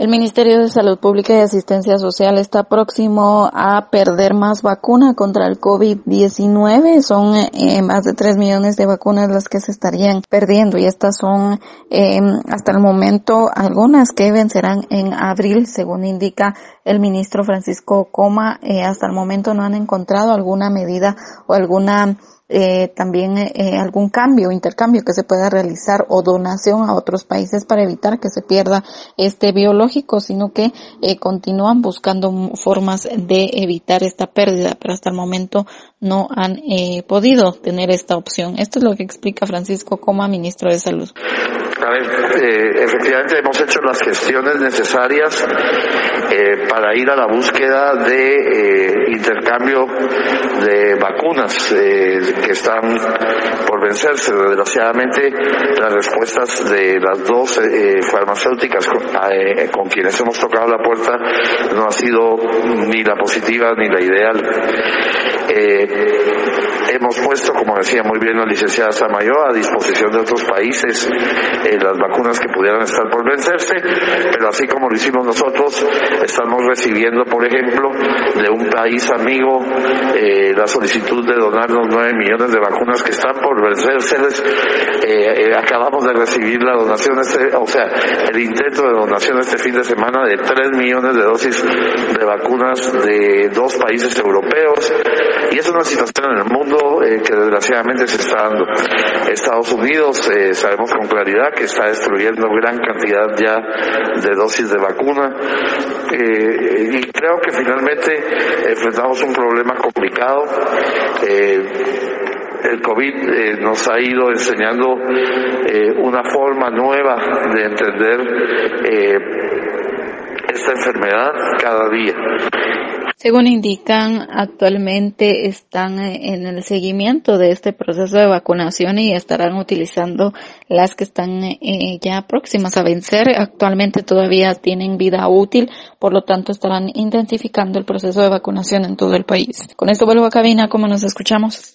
El Ministerio de Salud Pública y Asistencia Social está próximo a perder más vacuna contra el COVID-19. Son más de 3 millones de vacunas las que se estarían perdiendo, y estas son hasta el momento algunas que vencerán en abril, según indica el ministro Francisco Coma. Hasta el momento no han encontrado alguna medida o alguna algún cambio, intercambio que se pueda realizar o donación a otros países para evitar que se pierda este biológico, sino que continúan buscando formas de evitar esta pérdida, pero hasta el momento no han podido tener esta opción. Esto es lo que explica Francisco Coma, ministro de Salud. A ver, efectivamente hemos hecho las gestiones necesarias para ir a la búsqueda de intercambio de vacunas que están por vencerse. Desgraciadamente, las respuestas de las dos farmacéuticas con quienes hemos tocado la puerta no ha sido ni la positiva ni la ideal. Hemos puesto, como decía muy bien la licenciada Samayoa, a disposición de otros países las vacunas que pudieran estar por vencerse, pero así como lo hicimos nosotros, estamos recibiendo, por ejemplo, de un país amigo la solicitud de donarnos 9 millones de vacunas que están por vencerse. Acabamos de recibir la donación, el intento de donación este fin de semana de 3 millones de dosis de vacunas de 2 países europeos, y es una situación en el mundo que desgraciadamente se está dando. Estados Unidos, sabemos con claridad que está destruyendo gran cantidad ya de dosis de vacuna, y creo que finalmente enfrentamos un problema complicado. El COVID nos ha ido enseñando una forma nueva de entender esta enfermedad cada día. Según indican, actualmente están en el seguimiento de este proceso de vacunación y estarán utilizando las que están ya próximas a vencer. Actualmente todavía tienen vida útil, por lo tanto estarán intensificando el proceso de vacunación en todo el país. Con esto vuelvo a cabina, ¿cómo nos escuchamos?